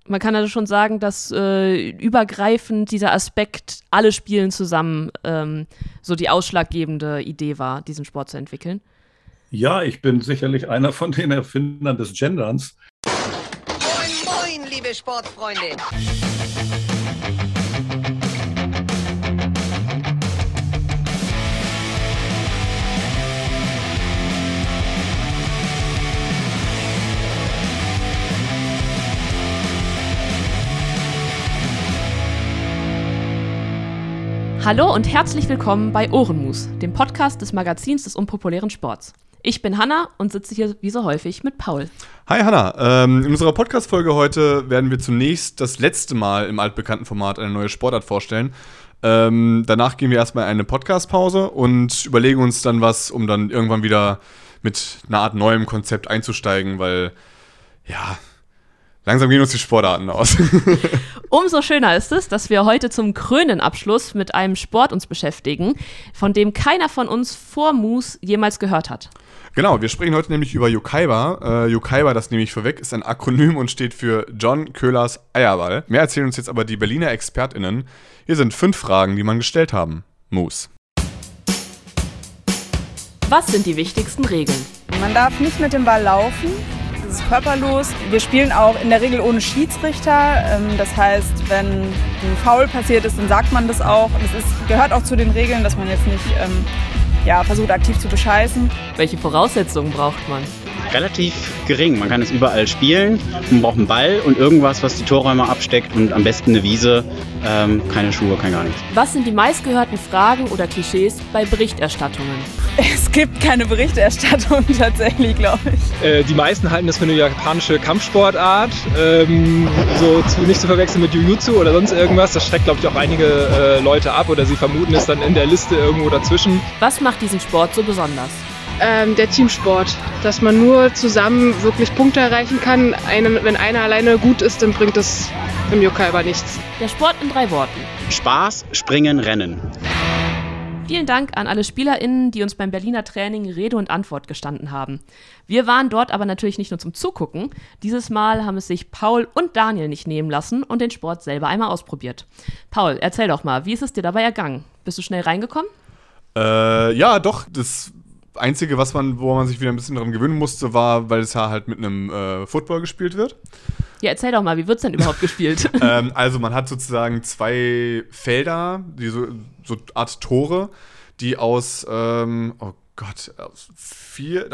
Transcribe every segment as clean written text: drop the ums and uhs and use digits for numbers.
Man kann also schon sagen, dass übergreifend dieser Aspekt, alle spielen zusammen, so die ausschlaggebende Idee war, diesen Sport zu entwickeln. Ja, ich bin sicherlich einer von den Erfindern des Genderns. Moin, moin, liebe Sportfreunde. Hallo und herzlich willkommen bei Ohrenmus, dem Podcast des Magazins des unpopulären Sports. Ich bin Hanna und sitze hier wie so häufig mit Paul. Hi Hanna, in unserer Podcast-Folge heute werden wir zunächst das letzte Mal im altbekannten Format eine neue Sportart vorstellen. Danach gehen wir erstmal in eine Podcast-Pause und überlegen uns dann was, um dann irgendwann wieder mit einer Art neuem Konzept einzusteigen, weil, ja, langsam gehen uns die Sportarten aus. Umso schöner ist es, dass wir heute zum Krönenabschluss mit einem Sport uns beschäftigen, von dem keiner von uns vor Mus jemals gehört hat. Genau, wir sprechen heute nämlich über Yokaiba. Yokaiba, das nehme ich vorweg, ist ein Akronym und steht für John Köhlers Eierball. Mehr erzählen uns jetzt aber die Berliner ExpertInnen. Hier sind 5 Fragen, die man gestellt haben. Mus. Was sind die wichtigsten Regeln? Man darf nicht mit dem Ball laufen. Das ist körperlos. Wir spielen auch in der Regel ohne Schiedsrichter. Das heißt, wenn ein Foul passiert ist, dann sagt man das auch. Das gehört auch zu den Regeln, dass man jetzt nicht versucht, aktiv zu bescheißen. Welche Voraussetzungen braucht man? Relativ gering. Man kann es überall spielen. Man braucht einen Ball und irgendwas, was die Torräume absteckt und am besten eine Wiese. Keine Schuhe, kein gar nichts. Was sind die meistgehörten Fragen oder Klischees bei Berichterstattungen? Es gibt keine Berichterstattung tatsächlich, glaube ich. Die meisten halten das für eine japanische Kampfsportart. Nicht zu verwechseln mit Jiu-Jitsu oder sonst irgendwas. Das schreckt, glaube ich, auch einige Leute ab oder sie vermuten es dann in der Liste irgendwo dazwischen. Was macht diesen Sport so besonders? Der Teamsport, dass man nur zusammen wirklich Punkte erreichen kann. Wenn einer alleine gut ist, dann bringt es im Yokaiba nichts. Der Sport in 3 Worten. Spaß, Springen, Rennen. Vielen Dank an alle SpielerInnen, die uns beim Berliner Training Rede und Antwort gestanden haben. Wir waren dort aber natürlich nicht nur zum Zugucken. Dieses Mal haben es sich Paul und Daniel nicht nehmen lassen und den Sport selber einmal ausprobiert. Paul, erzähl doch mal, wie ist es dir dabei ergangen? Bist du schnell reingekommen? Ja, doch. Das Einzige, wo man sich wieder ein bisschen daran gewöhnen musste, war, weil es ja halt mit einem Football gespielt wird. Ja, erzähl doch mal, wie wird es denn überhaupt gespielt? Also man hat sozusagen 2 Felder, die so Art Tore, die aus, man hat 4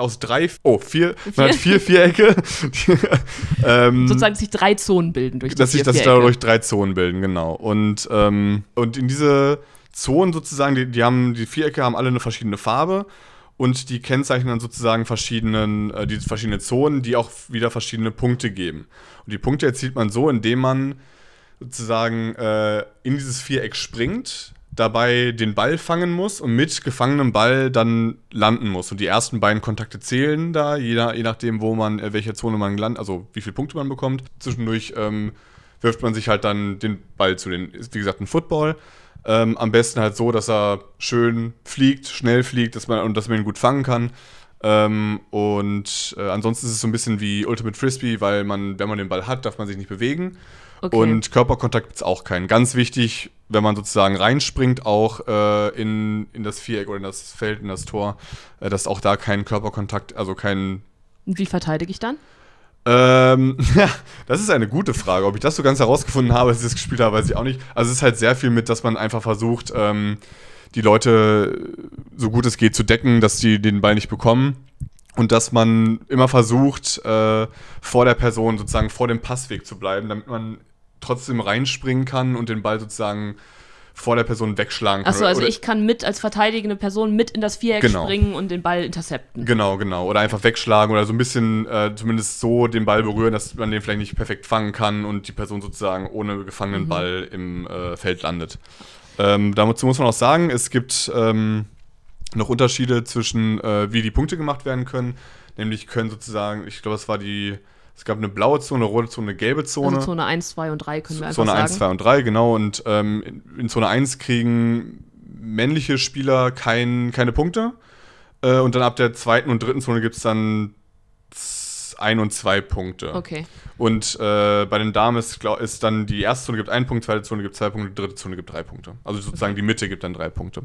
Vierecke. Sozusagen, dass sich 3 Zonen bilden durch die 4 Vierecke. Dass sich dadurch 3 Zonen bilden, genau. Und in diese Zonen sozusagen, die Vierecke haben alle eine verschiedene Farbe. Und die kennzeichnen dann sozusagen die verschiedenen Zonen, die auch wieder verschiedene Punkte geben. Und die Punkte erzielt man so, indem man sozusagen in dieses Viereck springt, dabei den Ball fangen muss und mit gefangenem Ball dann landen muss. Und die ersten beiden Kontakte zählen da, je nachdem, welche Zone man landet, also wie viele Punkte man bekommt. Zwischendurch wirft man sich halt dann den Ball wie gesagt, ein Football. Am besten halt so, dass er schön fliegt, schnell fliegt, dass man ihn gut fangen kann. Ansonsten ist es so ein bisschen wie Ultimate Frisbee, weil wenn man den Ball hat, darf man sich nicht bewegen. Okay. Und Körperkontakt gibt es auch keinen. Ganz wichtig, wenn man sozusagen reinspringt, auch in das Viereck oder in das Feld, in das Tor, dass auch da kein Körperkontakt, also kein... Und wie verteidige ich dann? Ja, das ist eine gute Frage. Ob ich das so ganz herausgefunden habe, als ich das gespielt habe, weiß ich auch nicht. Also es ist halt sehr viel mit, dass man einfach versucht, die Leute so gut es geht zu decken, dass die den Ball nicht bekommen. Und dass man immer versucht, vor der Person sozusagen vor dem Passweg zu bleiben, damit man trotzdem reinspringen kann und den Ball sozusagen vor der Person wegschlagen kann. Achso, also ich kann als verteidigende Person mit in das Viereck springen und den Ball intercepten. Genau. Oder einfach wegschlagen oder so ein bisschen zumindest so den Ball berühren, dass man den vielleicht nicht perfekt fangen kann und die Person sozusagen ohne gefangenen Ball im Feld landet. Dazu muss man auch sagen, es gibt noch Unterschiede zwischen, wie die Punkte gemacht werden können. Nämlich können sozusagen, ich glaube, es gab eine blaue Zone, eine rote Zone, eine gelbe Zone. Also Zone 1, 2 und 3 können wir einfach sagen. Zone 1, 2 und 3, genau. Und in Zone 1 kriegen männliche Spieler keine Punkte. Und dann ab der 2. und 3. Zone gibt es dann es 1 und 2 Punkte. Okay. Und bei den Damen ist dann die erste Zone gibt 1 Punkt, zweite Zone gibt 2 Punkte, dritte Zone gibt 3 Punkte. Also sozusagen die Mitte gibt dann 3 Punkte.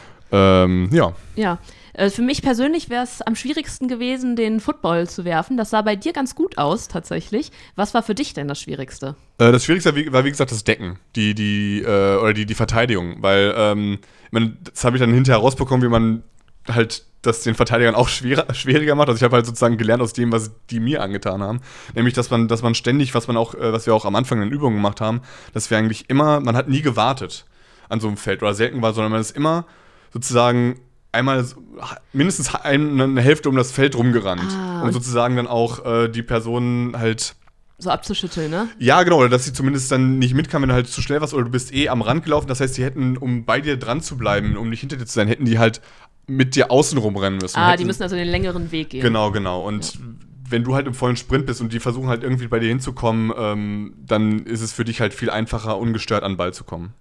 Ja. Ja. Für mich persönlich wäre es am schwierigsten gewesen, den Football zu werfen. Das sah bei dir ganz gut aus, tatsächlich. Was war für dich denn das Schwierigste? Das Schwierigste war, wie gesagt, das Decken, die Verteidigung. Weil, das habe ich dann hinterher rausbekommen, wie man halt das den Verteidigern auch schwieriger macht. Also ich habe halt sozusagen gelernt aus dem, was die mir angetan haben. Nämlich, dass man ständig, was wir auch am Anfang in den Übungen gemacht haben, dass wir eigentlich immer, man hat nie gewartet an so einem Feld oder selten war, sondern man ist immer sozusagen einmal mindestens eine Hälfte um das Feld rumgerannt, um sozusagen dann auch die Personen halt so abzuschütteln, ne? Ja, genau, oder dass sie zumindest dann nicht mitkamen, wenn du halt zu schnell warst oder du bist am Rand gelaufen. Das heißt, die hätten, um bei dir dran zu bleiben, um nicht hinter dir zu sein, hätten die halt mit dir außen rumrennen müssen. Die müssen also den längeren Weg gehen. Genau. Und wenn du halt im vollen Sprint bist und die versuchen halt irgendwie bei dir hinzukommen, dann ist es für dich halt viel einfacher, ungestört an den Ball zu kommen.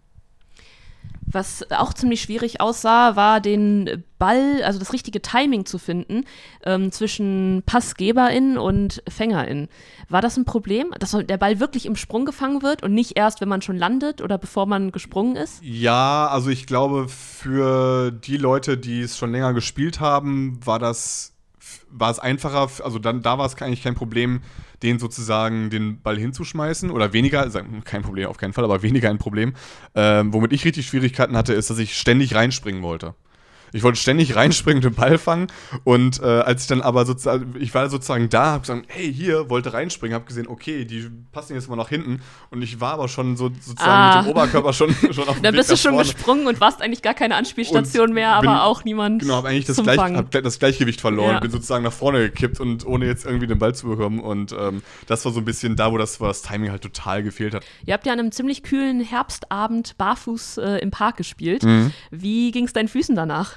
Was auch ziemlich schwierig aussah, war den Ball, also das richtige Timing zu finden zwischen PassgeberInnen und FängerInnen. War das ein Problem, dass der Ball wirklich im Sprung gefangen wird und nicht erst, wenn man schon landet oder bevor man gesprungen ist? Ja, also ich glaube, für die Leute, die es schon länger gespielt haben, war es einfacher, also da war es eigentlich kein Problem, den sozusagen den Ball hinzuschmeißen oder weniger, also kein Problem auf keinen Fall, aber weniger ein Problem. Womit ich richtig Schwierigkeiten hatte, ist, dass ich ständig reinspringen wollte. Ich wollte ständig reinspringen und den Ball fangen und als ich dann aber sozusagen, ich war sozusagen da, hab gesagt, hey, hier, wollte reinspringen, hab gesehen, okay, die passen jetzt mal nach hinten und ich war aber schon sozusagen mit dem Oberkörper schon auf dem Weg. Dann bist du schon gesprungen und warst eigentlich gar keine Anspielstation mehr, aber auch niemand Genau, hab eigentlich hab das Gleichgewicht verloren, bin sozusagen nach vorne gekippt und ohne jetzt irgendwie den Ball zu bekommen und das war so ein bisschen da, wo das Timing halt total gefehlt hat. Ihr habt ja an einem ziemlich kühlen Herbstabend barfuß im Park gespielt. Wie ging es deinen Füßen danach?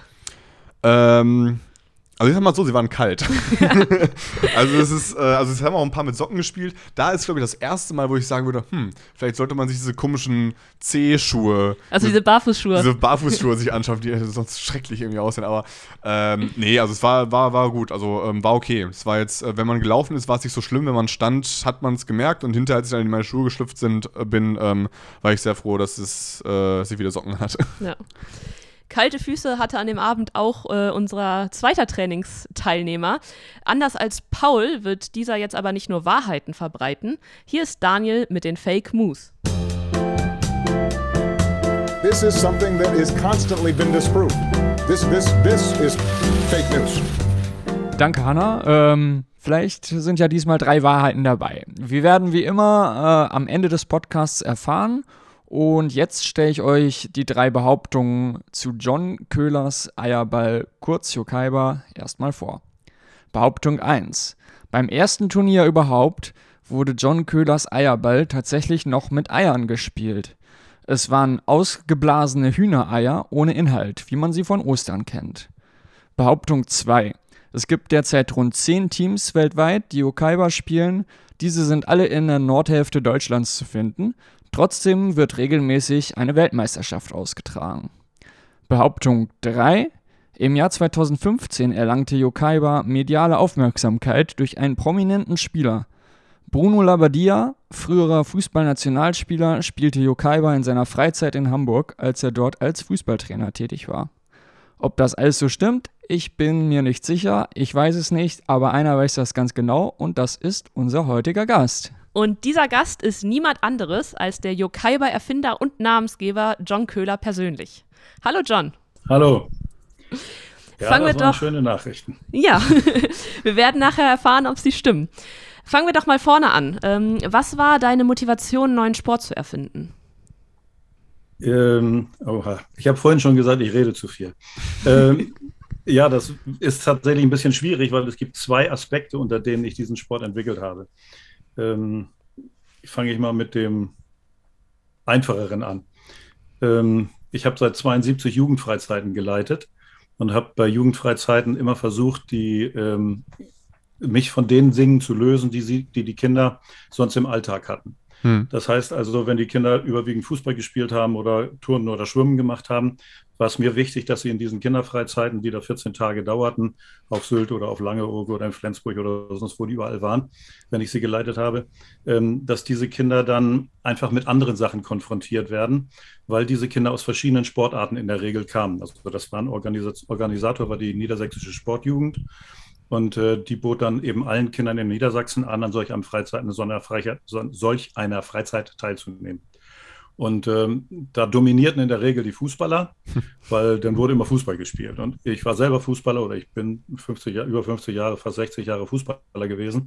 Also ich sag mal so, sie waren kalt. Also jetzt haben wir auch ein paar mit Socken gespielt. Da ist, glaube ich, das erste Mal, wo ich sagen würde, vielleicht sollte man sich diese komischen C-Schuhe, also diese Barfußschuhe sich anschauen, die sonst schrecklich irgendwie aussehen. Aber nee, also es war gut, also war okay. Es war jetzt, wenn man gelaufen ist, war es nicht so schlimm. Wenn man stand, hat man es gemerkt. Und hinterher, als ich dann in meine Schuhe geschlüpft bin, war ich sehr froh, dass sie wieder Socken hatte. Ja. Kalte Füße hatte an dem Abend auch unser zweiter Trainingsteilnehmer. Anders als Paul wird dieser jetzt aber nicht nur Wahrheiten verbreiten. Hier ist Daniel mit den Fake Moves. This is something that is constantly been disproved. This is fake news. Danke, Hannah. Vielleicht sind ja diesmal 3 Wahrheiten dabei. Wir werden wie immer am Ende des Podcasts erfahren. Und jetzt stelle ich euch die 3 Behauptungen zu John Köhlers Eierball, kurz Jokaiba, erstmal vor. Behauptung 1. Beim ersten Turnier überhaupt wurde John Köhlers Eierball tatsächlich noch mit Eiern gespielt. Es waren ausgeblasene Hühnereier ohne Inhalt, wie man sie von Ostern kennt. Behauptung 2. Es gibt derzeit rund 10 Teams weltweit, die Jokaiba spielen. Diese sind alle in der Nordhälfte Deutschlands zu finden. Trotzdem wird regelmäßig eine Weltmeisterschaft ausgetragen. Behauptung 3. Im Jahr 2015 erlangte Jokaiba mediale Aufmerksamkeit durch einen prominenten Spieler. Bruno Labbadia, früherer Fußballnationalspieler, spielte Jokaiba in seiner Freizeit in Hamburg, als er dort als Fußballtrainer tätig war. Ob das alles so stimmt, ich bin mir nicht sicher, ich weiß es nicht, aber einer weiß das ganz genau und das ist unser heutiger Gast. Und dieser Gast ist niemand anderes als der Jokaiba-Erfinder und Namensgeber John Köhler persönlich. Hallo John. Hallo. Ja, Fangen wir das waren schöne Nachrichten. Ja, wir werden nachher erfahren, ob sie stimmen. Fangen wir doch mal vorne an. Was war deine Motivation, einen neuen Sport zu erfinden? Ich habe vorhin schon gesagt, ich rede zu viel. Ja, das ist tatsächlich ein bisschen schwierig, weil es gibt 2 Aspekte, unter denen ich diesen Sport entwickelt habe. Fange ich mal mit dem Einfacheren an. Ich habe seit 72 Jugendfreizeiten geleitet und habe bei Jugendfreizeiten immer versucht, mich von den Dingen zu lösen, die die Kinder sonst im Alltag hatten. Das heißt also, wenn die Kinder überwiegend Fußball gespielt haben oder Turnen oder Schwimmen gemacht haben, war es mir wichtig, dass sie in diesen Kinderfreizeiten, die da 14 Tage dauerten, auf Sylt oder auf Langeoog oder in Flensburg oder sonst wo die überall waren, wenn ich sie geleitet habe, dass diese Kinder dann einfach mit anderen Sachen konfrontiert werden, weil diese Kinder aus verschiedenen Sportarten in der Regel kamen. Also das war ein Organisator, war die Niedersächsische Sportjugend. Und die bot dann eben allen Kindern in Niedersachsen an solch einer Freizeit teilzunehmen. Und da dominierten in der Regel die Fußballer, weil dann wurde immer Fußball gespielt. Und ich war selber Fußballer oder ich bin über 50 Jahre, fast 60 Jahre Fußballer gewesen.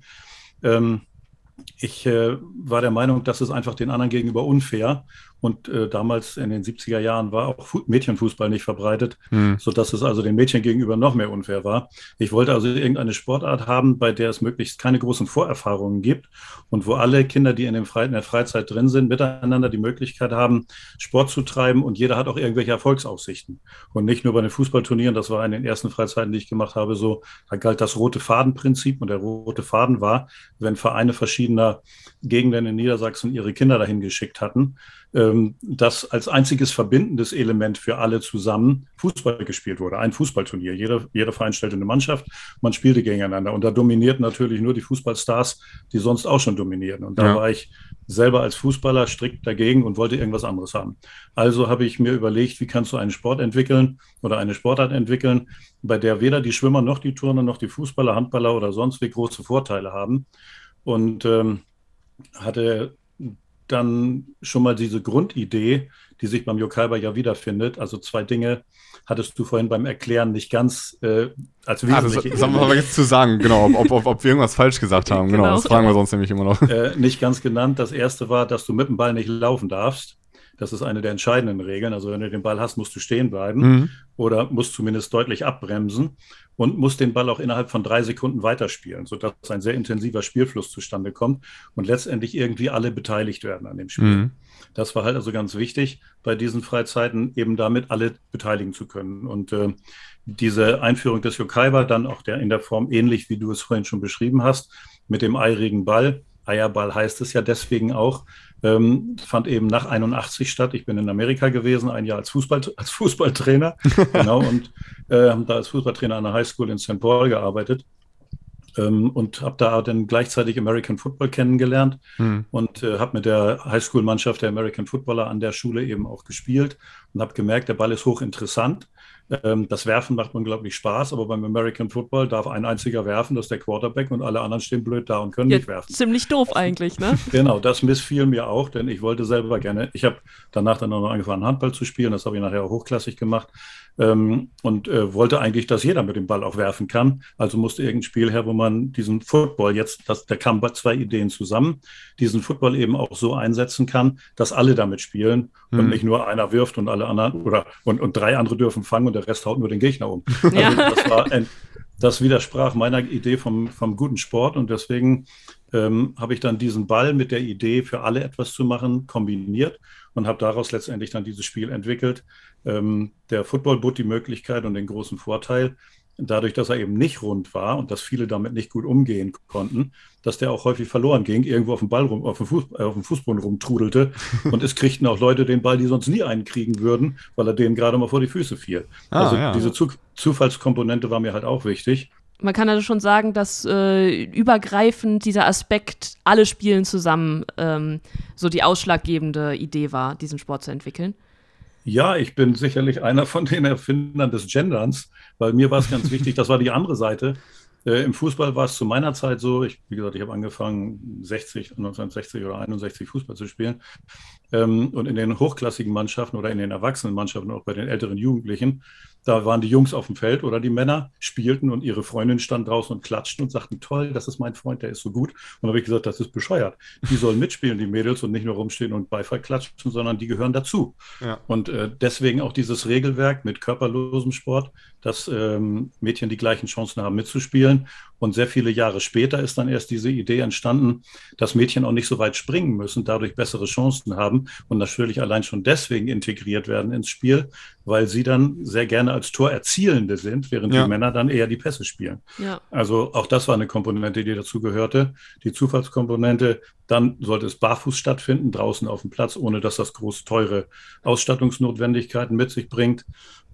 Ich war der Meinung, das ist einfach den anderen gegenüber unfair. Und damals in den 70er Jahren war auch Mädchenfußball nicht verbreitet, sodass es also den Mädchen gegenüber noch mehr unfair war. Ich wollte also irgendeine Sportart haben, bei der es möglichst keine großen Vorerfahrungen gibt und wo alle Kinder, die in der Freizeit drin sind, miteinander die Möglichkeit haben, Sport zu treiben und jeder hat auch irgendwelche Erfolgsaussichten. Und nicht nur bei den Fußballturnieren, das war in den ersten Freizeiten, die ich gemacht habe, so, da galt das rote Faden-Prinzip und der rote Faden war, wenn Vereine verschiedener Gegenden in Niedersachsen ihre Kinder dahin geschickt hatten, dass als einziges verbindendes Element für alle zusammen Fußball gespielt wurde. Ein Fußballturnier. Jeder Verein stellte eine Mannschaft, man spielte gegeneinander. Und da dominierten natürlich nur die Fußballstars, die sonst auch schon dominierten. Und da war ich selber als Fußballer strikt dagegen und wollte irgendwas anderes haben. Also habe ich mir überlegt, wie kannst du einen Sport entwickeln oder eine Sportart entwickeln, bei der weder die Schwimmer noch die Turner noch die Fußballer, Handballer oder sonst wie große Vorteile haben. Und hatte dann schon mal diese Grundidee, die sich beim Yokkaiba ja wiederfindet. Also 2 Dinge hattest du vorhin beim Erklären nicht ganz als wesentliche. Das haben wir aber jetzt zu sagen, genau, ob wir irgendwas falsch gesagt haben. Genau, das fragen wir sonst nämlich immer noch. Nicht ganz genannt. Das erste war, dass du mit dem Ball nicht laufen darfst. Das ist eine der entscheidenden Regeln. Also wenn du den Ball hast, musst du stehen bleiben oder musst zumindest deutlich abbremsen und musst den Ball auch innerhalb von 3 Sekunden weiterspielen, sodass ein sehr intensiver Spielfluss zustande kommt und letztendlich irgendwie alle beteiligt werden an dem Spiel. Das war halt also ganz wichtig, bei diesen Freizeiten eben damit alle beteiligen zu können. Und diese Einführung des Yokkaiba dann auch in der Form ähnlich, wie du es vorhin schon beschrieben hast, mit dem eirigen Ball. Eierball heißt es ja deswegen auch, fand eben nach 81 statt. Ich bin in Amerika gewesen, ein Jahr als Fußballtrainer, genau, und da als Fußballtrainer an der Highschool in St. Paul gearbeitet und habe da dann gleichzeitig American Football kennengelernt und habe mit der Highschool-Mannschaft der American Footballer an der Schule eben auch gespielt und habe gemerkt, der Ball ist hochinteressant. Das Werfen macht unglaublich Spaß, aber beim American Football darf ein einziger werfen, das ist der Quarterback und alle anderen stehen blöd da und können nicht werfen. Ziemlich doof eigentlich, ne? Genau, das missfiel mir auch, denn ich wollte selber gerne, ich habe danach dann auch noch angefangen Handball zu spielen, das habe ich nachher auch hochklassig gemacht und wollte eigentlich, dass jeder mit dem Ball auch werfen kann, also musste irgendein Spiel her, wo man diesen Football da kamen 2 Ideen zusammen, diesen Football eben auch so einsetzen kann, dass alle damit spielen und nicht nur einer wirft und alle anderen und 3 andere dürfen fangen und der Rest haut nur den Gegner um. Also das widersprach meiner Idee vom guten Sport und deswegen habe ich dann diesen Ball mit der Idee, für alle etwas zu machen, kombiniert und habe daraus letztendlich dann dieses Spiel entwickelt. Der Football bot die Möglichkeit und den großen Vorteil, dadurch, dass er eben nicht rund war und dass viele damit nicht gut umgehen konnten, dass der auch häufig verloren ging, irgendwo auf dem Ball auf dem Fußboden rumtrudelte und es kriegten auch Leute den Ball, die sonst nie einen kriegen würden, weil er denen gerade mal vor die Füße fiel. Diese Zufallskomponente war mir halt auch wichtig. Man kann also schon sagen, dass übergreifend dieser Aspekt, alle spielen zusammen, so die ausschlaggebende Idee war, diesen Sport zu entwickeln. Ja, ich bin sicherlich einer von den Erfindern des Genderns, weil mir war es ganz wichtig, das war die andere Seite. Im Fußball war es zu meiner Zeit so, wie gesagt, ich habe angefangen 1960 oder 61 Fußball zu spielen und in den hochklassigen Mannschaften oder in den Erwachsenenmannschaften, auch bei den älteren Jugendlichen, da waren die Jungs auf dem Feld oder die Männer spielten und ihre Freundin stand draußen und klatschten und sagten, toll, das ist mein Freund, der ist so gut. Und dann habe ich gesagt, das ist bescheuert. Die sollen mitspielen, die Mädels, und nicht nur rumstehen und Beifall klatschen, sondern die gehören dazu. Ja. Und deswegen auch dieses Regelwerk mit körperlosem Sport, dass Mädchen die gleichen Chancen haben mitzuspielen. Und sehr viele Jahre später ist dann erst diese Idee entstanden, dass Mädchen auch nicht so weit springen müssen, dadurch bessere Chancen haben und natürlich allein schon deswegen integriert werden ins Spiel, weil sie dann sehr gerne als Torerzielende sind, während die Männer dann eher die Pässe spielen. Ja. Also auch das war eine Komponente, die dazu gehörte. Die Zufallskomponente, dann sollte es barfuß stattfinden, draußen auf dem Platz, ohne dass das groß teure Ausstattungsnotwendigkeiten mit sich bringt.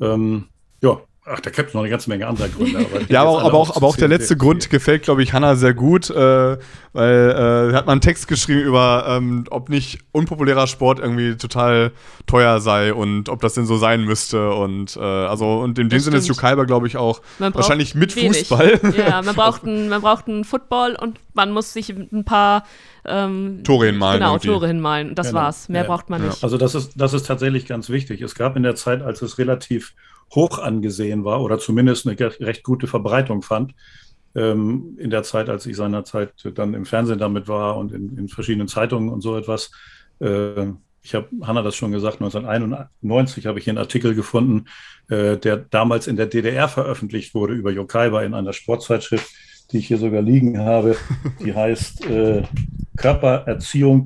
Ach, da gibt es noch eine ganze Menge anderer Gründe. Aber auch der letzte Grund gefällt, glaube ich, Hannah sehr gut, weil er hat mal einen Text geschrieben über, ob nicht unpopulärer Sport irgendwie total teuer sei und ob das denn so sein müsste. Und in dem Sinne ist Jokaiba, glaube ich, auch wahrscheinlich mit wenig. Fußball. Ja, man braucht einen Football und man muss sich ein paar Tore hinmalen. Genau, Tore hinmalen. Und das war's. Mehr braucht man nicht. Also das ist tatsächlich ganz wichtig. Es gab in der Zeit, als es relativ hoch angesehen war oder zumindest eine recht gute Verbreitung fand, in der Zeit, als ich seinerzeit dann im Fernsehen damit war und in verschiedenen Zeitungen und so etwas. Ich habe Hannah das schon gesagt, 1991 habe ich hier einen Artikel gefunden, der damals in der DDR veröffentlicht wurde über Jokaiba in einer Sportzeitschrift, die ich hier sogar liegen habe. Die heißt Körpererziehung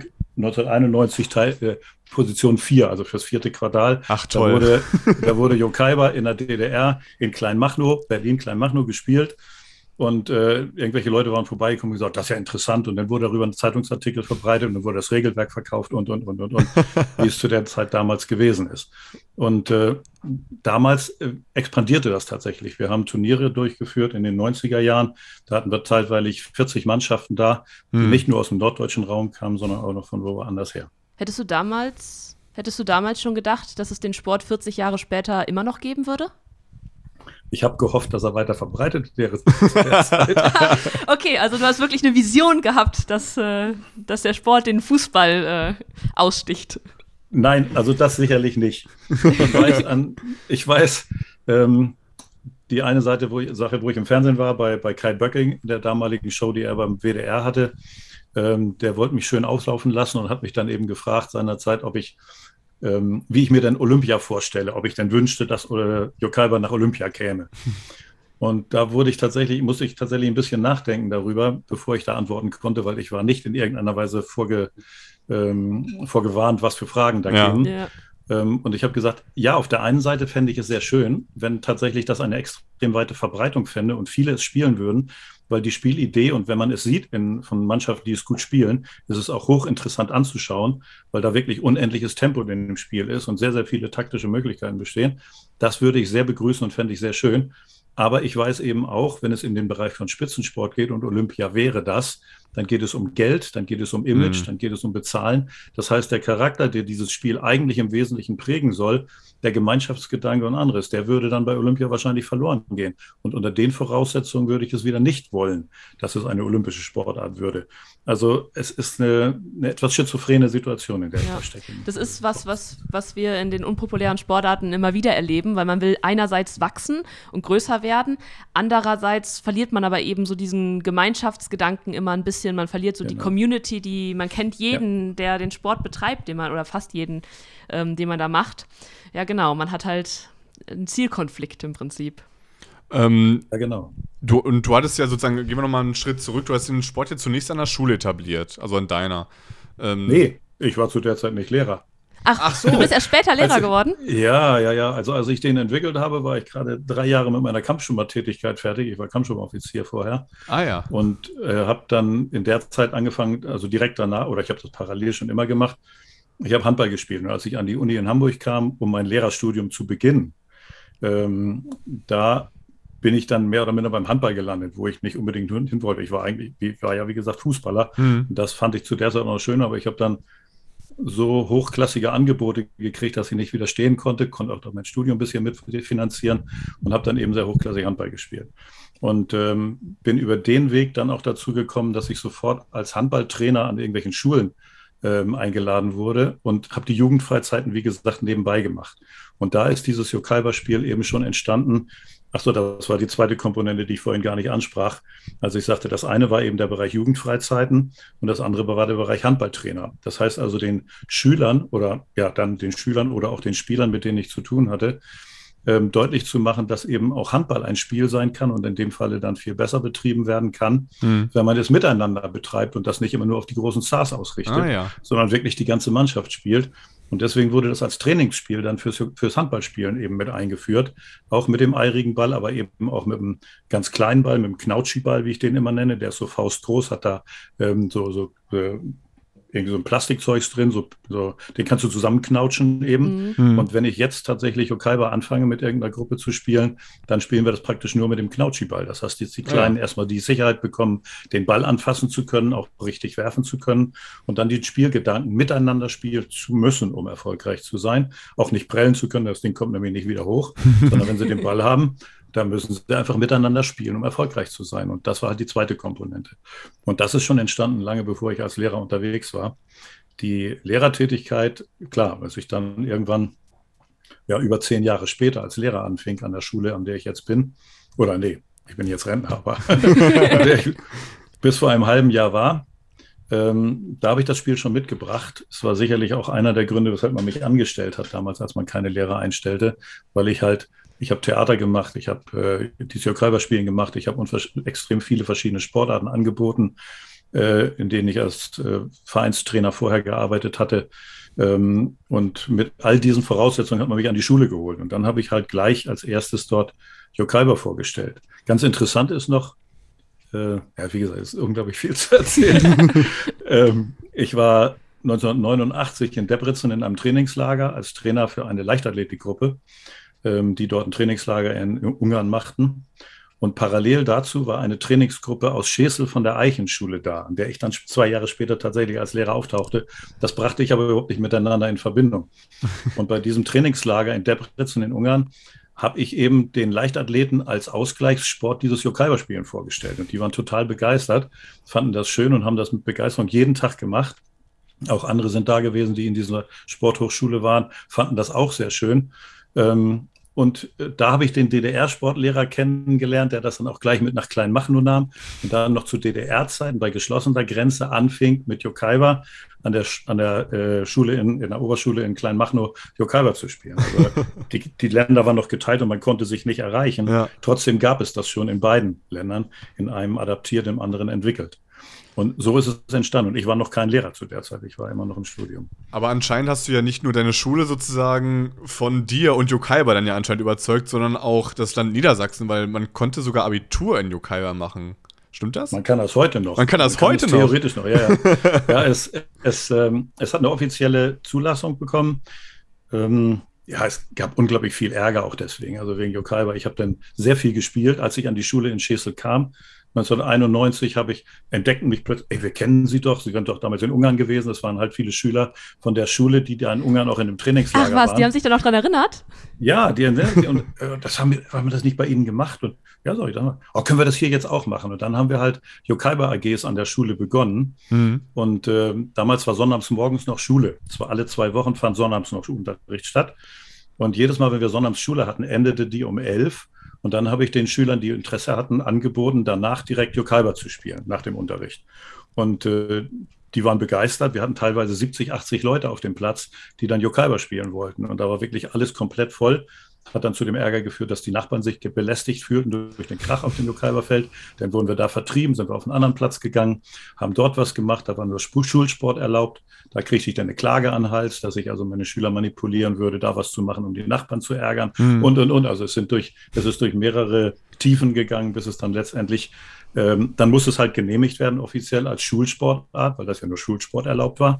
1991 Position 4, also fürs 4. Quartal. Ach toll. Da wurde Jokaiba in der DDR in Kleinmachnow, Berlin-Kleinmachnow gespielt. Und irgendwelche Leute waren vorbeigekommen und gesagt, das ist ja interessant. Und dann wurde darüber ein Zeitungsartikel verbreitet und dann wurde das Regelwerk verkauft und, wie es zu der Zeit damals gewesen ist. Und damals expandierte das tatsächlich. Wir haben Turniere durchgeführt in den 90er Jahren. Da hatten wir zeitweilig 40 Mannschaften da, die nicht nur aus dem norddeutschen Raum kamen, sondern auch noch von woanders her. Hättest du damals schon gedacht, dass es den Sport 40 Jahre später immer noch geben würde? Ich habe gehofft, dass er weiter verbreitet wäre. Okay, also du hast wirklich eine Vision gehabt, dass der Sport den Fußball aussticht. Nein, also das sicherlich nicht. Ich weiß, die eine Sache, wo ich im Fernsehen war, bei Kai Böcking, der damaligen Show, die er beim WDR hatte, der wollte mich schön auslaufen lassen und hat mich dann eben gefragt seinerzeit, wie ich mir denn Olympia vorstelle, ob ich denn wünschte, dass Jokaiba nach Olympia käme. Und da musste ich tatsächlich ein bisschen nachdenken darüber, bevor ich da antworten konnte, weil ich war nicht in irgendeiner Weise vorgewarnt, was für Fragen da kämen. Ja. Und ich habe gesagt, ja, auf der einen Seite fände ich es sehr schön, wenn tatsächlich das eine extrem weite Verbreitung fände und viele es spielen würden, weil die Spielidee und wenn man es sieht von Mannschaften, die es gut spielen, ist es auch hochinteressant anzuschauen, weil da wirklich unendliches Tempo in dem Spiel ist und sehr, sehr viele taktische Möglichkeiten bestehen. Das würde ich sehr begrüßen und fände ich sehr schön. Aber ich weiß eben auch, wenn es in den Bereich von Spitzensport geht und Olympia wäre das, dann geht es um Geld, dann geht es um Image, dann geht es um Bezahlen. Das heißt, der Charakter, der dieses Spiel eigentlich im Wesentlichen prägen soll, der Gemeinschaftsgedanke und anderes, der würde dann bei Olympia wahrscheinlich verloren gehen. Und unter den Voraussetzungen würde ich es wieder nicht wollen, dass es eine olympische Sportart würde. Also es ist eine etwas schizophrene Situation, in der ich da stecke. Das ist was wir in den unpopulären Sportarten immer wieder erleben, weil man will einerseits wachsen und größer werden, andererseits verliert man aber eben so diesen Gemeinschaftsgedanken immer ein bisschen, man verliert so die Community, man kennt jeden, der den Sport betreibt, oder fast jeden, den man da macht. Ja, genau, man hat halt einen Zielkonflikt im Prinzip. Ja, genau. Du hattest ja sozusagen, gehen wir nochmal einen Schritt zurück, du hast den Sport ja zunächst an der Schule etabliert, also an deiner. Nee, ich war zu der Zeit nicht Lehrer. Ach so, du bist erst später Lehrer geworden? Ja. Also als ich den entwickelt habe, war ich gerade 3 Jahre mit meiner Kampfschwimmer-Tätigkeit fertig. Ich war Kampfschwimmeroffizier vorher. Ah ja. Und habe dann in der Zeit angefangen, also direkt danach, oder ich habe das parallel schon immer gemacht, ich habe Handball gespielt. Und als ich an die Uni in Hamburg kam, um mein Lehrerstudium zu beginnen, da bin ich dann mehr oder minder beim Handball gelandet, wo ich nicht unbedingt hin wollte. Ich war ja, wie gesagt, Fußballer. Das fand ich zu der Zeit noch schön, aber ich habe dann so hochklassige Angebote gekriegt, dass ich nicht widerstehen konnte auch mein Studium ein bisschen mitfinanzieren und habe dann eben sehr hochklassig Handball gespielt. Und bin über den Weg dann auch dazu gekommen, dass ich sofort als Handballtrainer an irgendwelchen Schulen eingeladen wurde und habe die Jugendfreizeiten, wie gesagt, nebenbei gemacht. Und da ist dieses Jokaiba-Spiel eben schon entstanden. Achso, das war die zweite Komponente, die ich vorhin gar nicht ansprach. Also ich sagte, das eine war eben der Bereich Jugendfreizeiten und das andere war der Bereich Handballtrainer. Das heißt also den Schülern oder auch den Spielern, mit denen ich zu tun hatte, deutlich zu machen, dass eben auch Handball ein Spiel sein kann und in dem Falle dann viel besser betrieben werden kann, wenn man es miteinander betreibt und das nicht immer nur auf die großen Stars ausrichtet, sondern wirklich die ganze Mannschaft spielt. Und deswegen wurde das als Trainingsspiel dann fürs Handballspielen eben mit eingeführt. Auch mit dem eirigen Ball, aber eben auch mit einem ganz kleinen Ball, mit dem Knautschiball, wie ich den immer nenne. Der ist so faustgroß, hat da irgendwie so ein Plastikzeugs drin, den kannst du zusammenknautschen eben. Und wenn ich jetzt tatsächlich Jokaiba anfange, mit irgendeiner Gruppe zu spielen, dann spielen wir das praktisch nur mit dem Knautschiball. Das heißt, jetzt die Kleinen erstmal die Sicherheit bekommen, den Ball anfassen zu können, auch richtig werfen zu können und dann den Spielgedanken miteinander spielen zu müssen, um erfolgreich zu sein. Auch nicht prellen zu können, das Ding kommt nämlich nicht wieder hoch, sondern wenn sie den Ball haben, da müssen sie einfach miteinander spielen, um erfolgreich zu sein. Und das war halt die zweite Komponente. Und das ist schon entstanden, lange bevor ich als Lehrer unterwegs war. Die Lehrertätigkeit, klar, als ich dann irgendwann über 10 Jahre später als Lehrer anfing an der Schule, an der ich jetzt bin, oder nee, ich bin jetzt Rentner, aber an der ich bis vor einem halben Jahr war, da habe ich das Spiel schon mitgebracht. Es war sicherlich auch einer der Gründe, weshalb man mich angestellt hat damals, als man keine Lehrer einstellte, weil ich habe Theater gemacht, ich habe dieses Jokaiba-Spielen gemacht, ich habe extrem viele verschiedene Sportarten angeboten, in denen ich als Vereinstrainer vorher gearbeitet hatte. Und mit all diesen Voraussetzungen hat man mich an die Schule geholt. Und dann habe ich halt gleich als erstes dort Jokaiba vorgestellt. Ganz interessant ist noch, wie gesagt, es ist unglaublich viel zu erzählen. Ich war 1989 in Debrecen in einem Trainingslager als Trainer für eine Leichtathletikgruppe, die dort ein Trainingslager in Ungarn machten. Und parallel dazu war eine Trainingsgruppe aus Schesel von der Eichenschule da, an der ich dann 2 Jahre später tatsächlich als Lehrer auftauchte. Das brachte ich aber überhaupt nicht miteinander in Verbindung. Und bei diesem Trainingslager in Debrecen in Ungarn habe ich eben den Leichtathleten als Ausgleichssport dieses Jokaiba-Spielen vorgestellt. Und die waren total begeistert, fanden das schön und haben das mit Begeisterung jeden Tag gemacht. Auch andere sind da gewesen, die in dieser Sporthochschule waren, fanden das auch sehr schön. Und da habe ich den DDR-Sportlehrer kennengelernt, der das dann auch gleich mit nach Kleinmachnow nahm und dann noch zu DDR-Zeiten bei geschlossener Grenze anfing, mit Jokaiba an der Schule in der Oberschule in Kleinmachnow Jokaiba zu spielen. Also die Länder waren noch geteilt und man konnte sich nicht erreichen. Ja. Trotzdem gab es das schon in beiden Ländern, in einem adaptiert, im anderen entwickelt. Und so ist es entstanden. Und ich war noch kein Lehrer zu der Zeit. Ich war immer noch im Studium. Aber anscheinend hast du ja nicht nur deine Schule sozusagen von dir und Jokaiba dann ja anscheinend überzeugt, sondern auch das Land Niedersachsen, weil man konnte sogar Abitur in Jokaiba machen. Stimmt das? Man kann das heute noch. Man kann das heute noch? Theoretisch noch, ja. Ja, es hat eine offizielle Zulassung bekommen. Es gab unglaublich viel Ärger auch deswegen, also wegen Jokaiba. Ich habe dann sehr viel gespielt, als ich an die Schule in Schesel kam. 1991 entdeckten mich plötzlich, wir kennen Sie doch, Sie sind doch damals in Ungarn gewesen, es waren halt viele Schüler von der Schule, die da in Ungarn auch in einem Trainingslager waren. Die haben sich dann auch daran erinnert? Ja, und haben wir das nicht bei Ihnen gemacht? Und ja, sag ich dann, können wir das hier jetzt auch machen? Und dann haben wir halt Jokaiba-AGs an der Schule begonnen. Und damals war sonnabends morgens noch Schule. Zwar alle 2 Wochen fand sonnabends noch Unterricht statt. Und jedes Mal, wenn wir sonnabends Schule hatten, endete die um 11. Und dann habe ich den Schülern, die Interesse hatten, angeboten, danach direkt Jokaiba zu spielen, nach dem Unterricht. Und die waren begeistert. Wir hatten teilweise 70, 80 Leute auf dem Platz, die dann Jokaiba spielen wollten. Und da war wirklich alles komplett voll. Hat dann zu dem Ärger geführt, dass die Nachbarn sich belästigt fühlten durch den Krach auf dem Jokaiba-Feld. Dann wurden wir da vertrieben, sind wir auf einen anderen Platz gegangen, haben dort was gemacht, da war nur Schulsport erlaubt. Da kriegte ich dann eine Klage an den Hals, dass ich also meine Schüler manipulieren würde, da was zu machen, um die Nachbarn zu ärgern und. Also es ist durch mehrere Tiefen gegangen, bis es dann letztendlich, dann muss es halt genehmigt werden offiziell als Schulsportart, weil das ja nur Schulsport erlaubt war.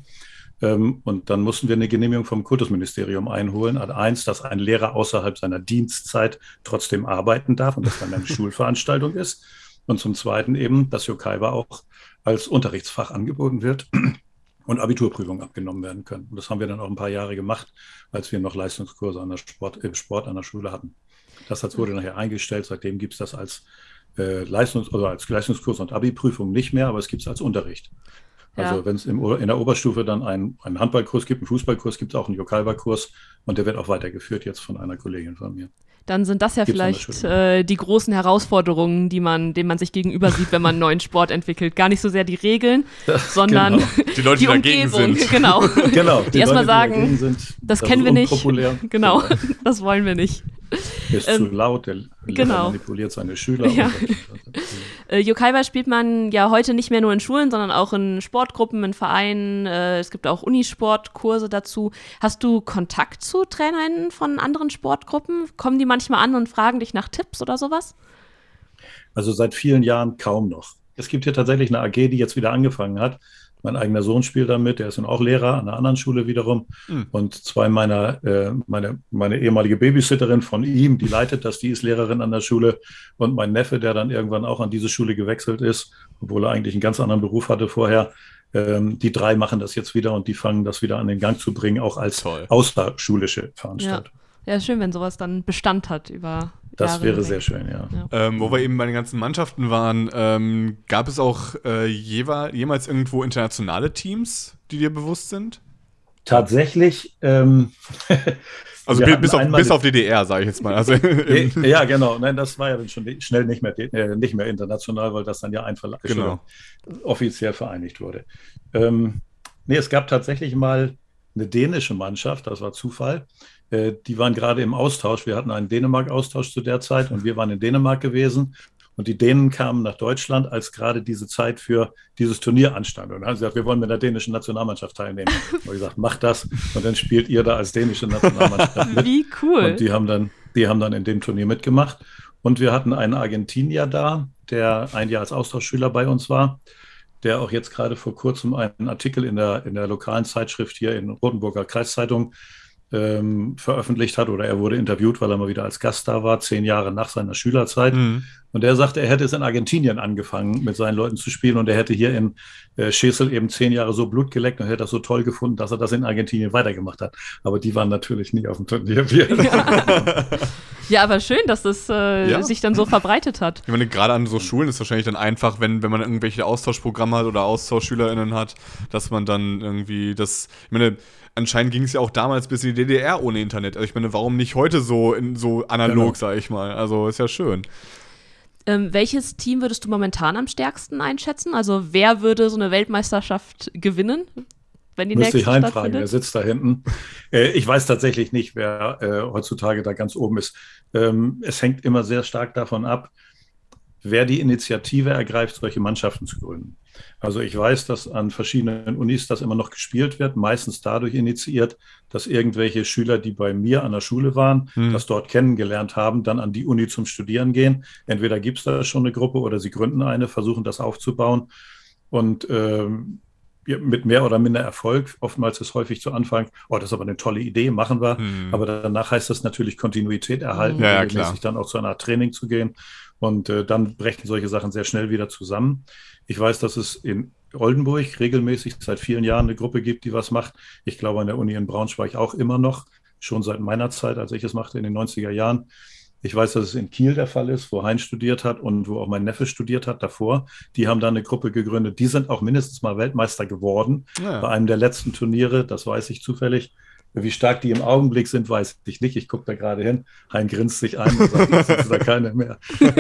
Und dann mussten wir eine Genehmigung vom Kultusministerium einholen. Eins, dass ein Lehrer außerhalb seiner Dienstzeit trotzdem arbeiten darf und das dann eine Schulveranstaltung ist. Und zum Zweiten eben, dass Jokaiba auch als Unterrichtsfach angeboten wird und Abiturprüfungen abgenommen werden können. Und das haben wir dann auch ein paar Jahre gemacht, als wir noch Leistungskurse an der Sport an der Schule hatten. Das wurde nachher eingestellt. Seitdem gibt es das als Leistungskurs und Abi-Prüfung nicht mehr, aber es gibt es als Unterricht. Also wenn es in der Oberstufe dann einen Handballkurs gibt, einen Fußballkurs, gibt es auch einen Jokaiba-Kurs und der wird auch weitergeführt jetzt von einer Kollegin von mir. Dann sind das ja vielleicht die großen Herausforderungen, denen man sich gegenüber sieht, wenn man einen neuen Sport entwickelt. Gar nicht so sehr die Regeln, sondern die Leute, die Umgebung. Sind. Genau. Die erstmal sagen, sind, das kennen wir nicht. Unpopulär. Genau, das wollen wir nicht. Der ist zu laut, der Lehrer manipuliert seine Schüler. Ja. Yokkaiba spielt man ja heute nicht mehr nur in Schulen, sondern auch in Sportgruppen, in Vereinen. Es gibt auch Unisportkurse dazu. Hast du Kontakt zu Trainern von anderen Sportgruppen? Kommen die manchmal an und fragen dich nach Tipps oder sowas? Also seit vielen Jahren kaum noch. Es gibt hier tatsächlich eine AG, die jetzt wieder angefangen hat. Mein eigener Sohn spielt da mit, der ist dann auch Lehrer an einer anderen Schule wiederum. Und zwei meine ehemalige Babysitterin von ihm, die leitet das, die ist Lehrerin an der Schule. Und mein Neffe, der dann irgendwann auch an diese Schule gewechselt ist, obwohl er eigentlich einen ganz anderen Beruf hatte vorher. Die drei machen das jetzt wieder und die fangen das wieder an den Gang zu bringen, auch als außerschulische Veranstaltung. Ja, schön, wenn sowas dann Bestand hat über Das wäre sehr schön, ja. Wo wir eben bei den ganzen Mannschaften waren, gab es auch jemals irgendwo internationale Teams, die dir bewusst sind? Tatsächlich. Also bis auf DDR, sage ich jetzt mal. Also ja, genau. Nein, das war ja dann schon schnell nicht mehr international, weil das dann ja offiziell vereinigt wurde. Es gab tatsächlich mal eine dänische Mannschaft, das war Zufall. Die waren gerade im Austausch. Wir hatten einen Dänemark-Austausch zu der Zeit und wir waren in Dänemark gewesen. Und die Dänen kamen nach Deutschland, als gerade diese Zeit für dieses Turnier anstand. Und dann haben sie gesagt, wir wollen mit der dänischen Nationalmannschaft teilnehmen. Und ich gesagt, macht das. Und dann spielt ihr da als dänische Nationalmannschaft mit. Wie cool. Und die haben dann in dem Turnier mitgemacht. Und wir hatten einen Argentinier da, der ein Jahr als Austauschschüler bei uns war, der auch jetzt gerade vor kurzem einen Artikel in der lokalen Zeitschrift hier in Rotenburger Kreiszeitung veröffentlicht hat, oder er wurde interviewt, weil er mal wieder als Gast da war, 10 Jahre nach seiner Schülerzeit. Und er sagte, er hätte es in Argentinien angefangen, mit seinen Leuten zu spielen, und er hätte hier in Schesel eben 10 Jahre so Blut geleckt und hätte das so toll gefunden, dass er das in Argentinien weitergemacht hat. Aber die waren natürlich nie auf dem Turnier. Ja, aber schön, dass das sich dann so verbreitet hat. Ich meine, gerade an so Schulen ist es wahrscheinlich dann einfach, wenn man irgendwelche Austauschprogramme hat oder AustauschschülerInnen hat, dass man dann irgendwie anscheinend ging es ja auch damals bis in die DDR ohne Internet. Also ich meine, warum nicht heute so analog, sag ich mal. Also ist ja schön. Welches Team würdest du momentan am stärksten einschätzen? Also wer würde so eine Weltmeisterschaft gewinnen, wenn die nächste stattfindet? Müsste ich fragen, wer sitzt da hinten? Ich weiß tatsächlich nicht, wer heutzutage da ganz oben ist. Es hängt immer sehr stark davon ab, wer die Initiative ergreift, solche Mannschaften zu gründen. Also ich weiß, dass an verschiedenen Unis das immer noch gespielt wird, meistens dadurch initiiert, dass irgendwelche Schüler, die bei mir an der Schule waren, das dort kennengelernt haben, dann an die Uni zum Studieren gehen. Entweder gibt es da schon eine Gruppe oder sie gründen eine, versuchen das aufzubauen und mit mehr oder minder Erfolg. Oftmals ist häufig zu Anfang, das ist aber eine tolle Idee, machen wir. Aber danach heißt das natürlich Kontinuität erhalten, regelmäßig dann auch zu einer Art Training zu gehen. Und dann brechen solche Sachen sehr schnell wieder zusammen. Ich weiß, dass es in Oldenburg regelmäßig seit vielen Jahren eine Gruppe gibt, die was macht. Ich glaube, an der Uni in Braunschweig auch immer noch, schon seit meiner Zeit, als ich es machte in den 90er Jahren. Ich weiß, dass es in Kiel der Fall ist, wo Hein studiert hat und wo auch mein Neffe studiert hat davor. Die haben da eine Gruppe gegründet. Die sind auch mindestens mal Weltmeister geworden bei einem der letzten Turniere. Das weiß ich zufällig. Wie stark die im Augenblick sind, weiß ich nicht. Ich gucke da gerade hin. Hein grinst sich ein und sagt, jetzt ist da keine mehr.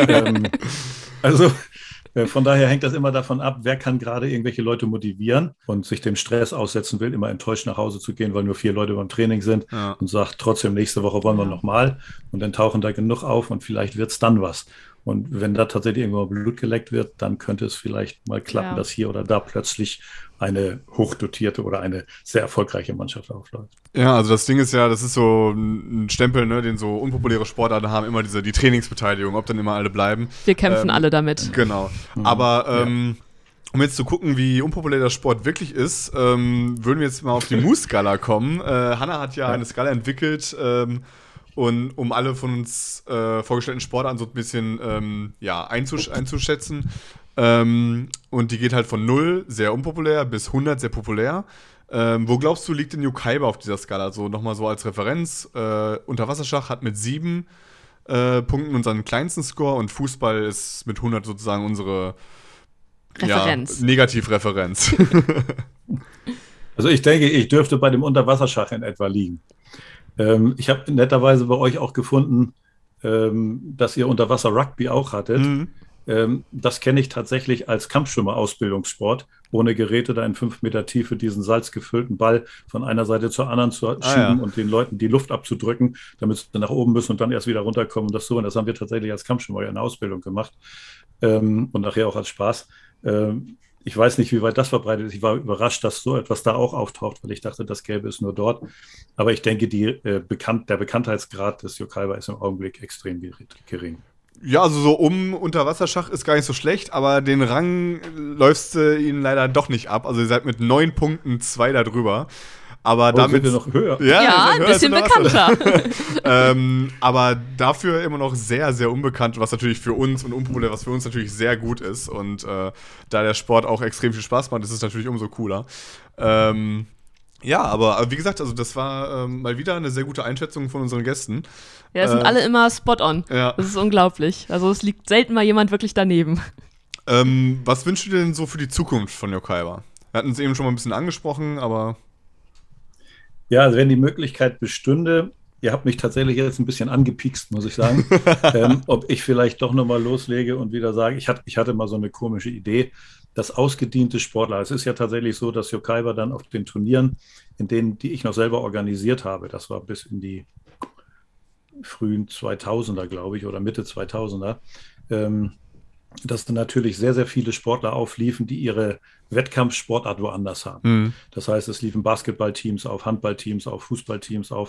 Von daher hängt das immer davon ab, wer kann gerade irgendwelche Leute motivieren und sich dem Stress aussetzen will, immer enttäuscht nach Hause zu gehen, weil nur 4 Leute beim Training sind und sagt, trotzdem nächste Woche wollen wir nochmal. Und dann tauchen da genug auf und vielleicht wird es dann was. Und wenn da tatsächlich irgendwann Blut geleckt wird, dann könnte es vielleicht mal klappen, dass hier oder da plötzlich eine hochdotierte oder eine sehr erfolgreiche Mannschaft aufläuft. Ja, also das Ding ist ja, das ist so ein Stempel, ne, den so unpopuläre Sportarten haben, immer die Trainingsbeteiligung, ob dann immer alle bleiben. Wir kämpfen alle damit. Genau. Aber um jetzt zu gucken, wie unpopulär der Sport wirklich ist, würden wir jetzt mal auf die Moose-Skala kommen. Hanna hat ja eine Skala entwickelt, und um alle von uns vorgestellten Sportarten so ein bisschen einzuschätzen. Und die geht halt von 0, sehr unpopulär, bis 100, sehr populär. Wo glaubst du, liegt denn Yokkaiba auf dieser Skala? Also nochmal so als Referenz. Unterwasserschach hat mit 7 Punkten unseren kleinsten Score und Fußball ist mit 100 sozusagen unsere Negativreferenz. Also ich denke, ich dürfte bei dem Unterwasserschach in etwa liegen. Ich habe netterweise bei euch auch gefunden, dass ihr Unterwasser-Rugby auch hattet. Das kenne ich tatsächlich als Kampfschwimmer-Ausbildungssport ohne Geräte da in 5 Meter Tiefe diesen salzgefüllten Ball von einer Seite zur anderen zu schieben und den Leuten die Luft abzudrücken, damit sie nach oben müssen und dann erst wieder runterkommen und das so. Und das haben wir tatsächlich als Kampfschwimmer in der Ausbildung gemacht und nachher auch als Spaß. Ich weiß nicht, wie weit das verbreitet ist. Ich war überrascht, dass so etwas da auch auftaucht, weil ich dachte, das gäbe es nur dort. Aber ich denke, der Bekanntheitsgrad des Yokaiba ist im Augenblick extrem gering. Ja, also so Unterwasserschach ist gar nicht so schlecht, aber den Rang läufst du ihnen leider doch nicht ab. Also ihr seid mit 9 Punkten 2 da drüber. Aber damit sind wir noch höher. Ja, ein bisschen bekannter. Aber dafür immer noch sehr, sehr unbekannt, was natürlich für uns und unpopulär, was für uns natürlich sehr gut ist. Und da der Sport auch extrem viel Spaß macht, ist es natürlich umso cooler. Ja, aber wie gesagt, also das war mal wieder eine sehr gute Einschätzung von unseren Gästen. Ja, es sind alle immer spot on. Ja. Das ist unglaublich. Also es liegt selten mal jemand wirklich daneben. Was wünschst du dir denn so für die Zukunft von Yokaiba? Wir hatten es eben schon mal ein bisschen angesprochen, aber... Ja, also wenn die Möglichkeit bestünde, ihr habt mich tatsächlich jetzt ein bisschen angepiekst, muss ich sagen, ob ich vielleicht doch nochmal loslege und wieder sage, ich hatte mal so eine komische Idee, dass ausgediente Sportler, es ist ja tatsächlich so, dass Yokaiba dann auf den Turnieren, in denen, die ich noch selber organisiert habe, das war bis in die frühen 2000er, glaube ich, oder Mitte 2000er, dass dann natürlich sehr, sehr viele Sportler aufliefen, die ihre Wettkampfsportart woanders haben. Das heißt, es liefen Basketballteams auf, Handballteams auf, Fußballteams auf,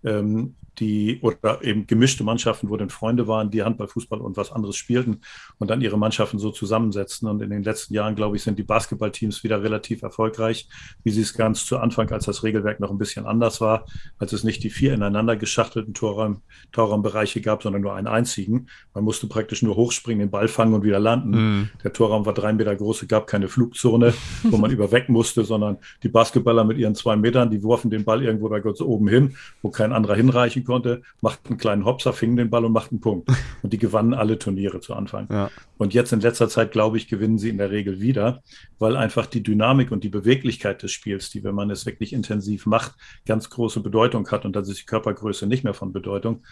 oder eben gemischte Mannschaften, wo dann Freunde waren, die Handball, Fußball und was anderes spielten und dann ihre Mannschaften so zusammensetzten. Und in den letzten Jahren, glaube ich, sind die Basketballteams wieder relativ erfolgreich, wie sie es ganz zu Anfang, als das Regelwerk noch ein bisschen anders war, als es nicht die 4 ineinander geschachtelten Torraumbereiche gab, sondern nur einen einzigen. Man musste praktisch nur hochspringen, den Ball fangen und wieder landen. Der Torraum war 3 Meter groß, es gab keine Flugzone, wo man überweg musste, sondern die Basketballer mit ihren 2 Metern, die warfen den Ball irgendwo da ganz oben hin, wo kein anderer hinreichen konnte, machten einen kleinen Hopser, fingen den Ball und machten einen Punkt. Und die gewannen alle Turniere zu Anfang. Ja. Und jetzt in letzter Zeit, glaube ich, gewinnen sie in der Regel wieder, weil einfach die Dynamik und die Beweglichkeit des Spiels, die, wenn man es wirklich intensiv macht, ganz große Bedeutung hat. Und da ist die Körpergröße nicht mehr von Bedeutung,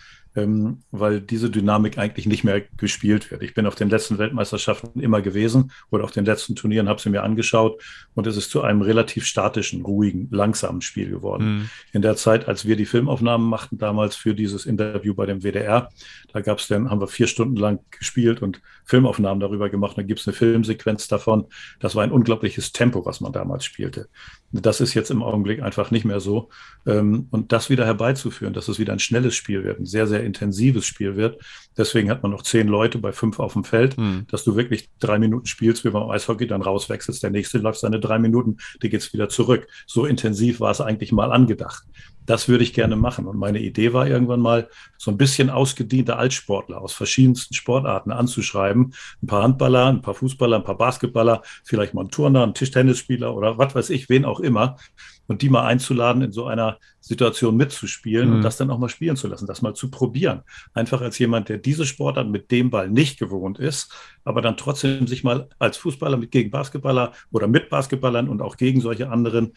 weil diese Dynamik eigentlich nicht mehr gespielt wird. Ich bin auf den letzten Weltmeisterschaften immer gewesen oder auf den letzten Turnieren, habe sie mir angeschaut und es ist zu einem relativ statischen, ruhigen, langsamen Spiel geworden. In der Zeit, als wir die Filmaufnahmen machten, damals für dieses Interview bei dem WDR, da haben wir 4 Stunden lang gespielt und Filmaufnahmen darüber gemacht. Da gibt es eine Filmsequenz davon. Das war ein unglaubliches Tempo, was man damals spielte. Das ist jetzt im Augenblick einfach nicht mehr so. Und das wieder herbeizuführen, dass es wieder ein schnelles Spiel wird, ein sehr, sehr intensives Spiel wird. Deswegen hat man noch 10 Leute bei 5 auf dem Feld, dass du wirklich 3 Minuten spielst, wie beim Eishockey, dann rauswechselst. Der nächste läuft seine 3 Minuten, die geht's wieder zurück. So intensiv war es eigentlich mal angedacht. Das würde ich gerne machen. Und meine Idee war irgendwann mal, so ein bisschen ausgediente Altsportler aus verschiedensten Sportarten anzuschreiben. Ein paar Handballer, ein paar Fußballer, ein paar Basketballer, vielleicht mal ein Turner, ein Tischtennisspieler oder was weiß ich, wen auch immer. Und die mal einzuladen, in so einer Situation mitzuspielen und das dann auch mal spielen zu lassen, das mal zu probieren. Einfach als jemand, der diese Sportart mit dem Ball nicht gewohnt ist, aber dann trotzdem sich mal als Fußballer gegen Basketballer oder mit Basketballern und auch gegen solche anderen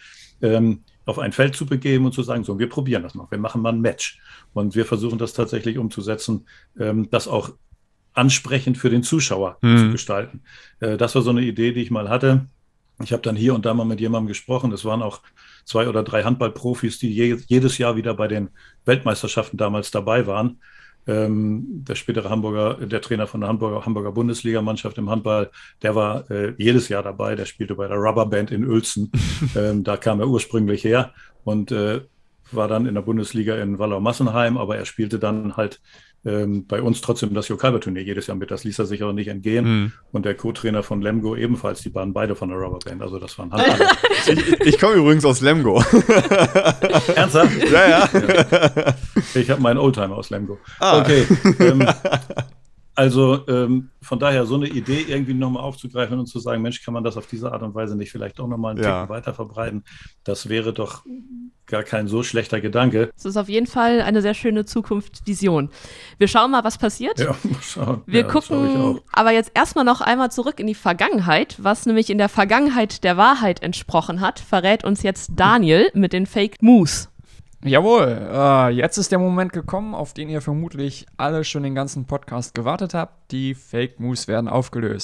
auf ein Feld zu begeben und zu sagen, so, wir probieren das mal, wir machen mal ein Match. Und wir versuchen das tatsächlich umzusetzen, das auch ansprechend für den Zuschauer zu gestalten. Das war so eine Idee, die ich mal hatte. Ich habe dann hier und da mal mit jemandem gesprochen. Es waren auch 2 oder 3 Handballprofis, die jedes Jahr wieder bei den Weltmeisterschaften damals dabei waren. Der spätere der Trainer von der Hamburger Bundesligamannschaft im Handball, der war jedes Jahr dabei. Der spielte bei der Rubberband in Uelzen. Da kam er ursprünglich her und war dann in der Bundesliga in Wallau-Massenheim, aber er spielte dann halt bei uns trotzdem das Yokaiba-Turnier jedes Jahr mit. Das ließ er sich auch nicht entgehen. Und der Co-Trainer von Lemgo ebenfalls, die waren beide von der Rubberband. Also das waren Handballer. Ich komme übrigens aus Lemgo. Ernsthaft? Ja. Ich habe meinen Oldtimer aus Lemgo. Okay. Also von daher so eine Idee irgendwie nochmal aufzugreifen und zu sagen, Mensch, kann man das auf diese Art und Weise nicht vielleicht auch nochmal einen Ticken weiter verbreiten? Das wäre doch gar kein so schlechter Gedanke. Das ist auf jeden Fall eine sehr schöne Zukunftsvision. Wir schauen mal, was passiert. Ja, mal schauen. Wir gucken aber jetzt erstmal noch einmal zurück in die Vergangenheit. Was nämlich in der Vergangenheit der Wahrheit entsprochen hat, verrät uns jetzt Daniel mit den Fake Moves. Jawohl, jetzt ist der Moment gekommen, auf den ihr vermutlich alle schon den ganzen Podcast gewartet habt. Die Fake Moves werden aufgelöst.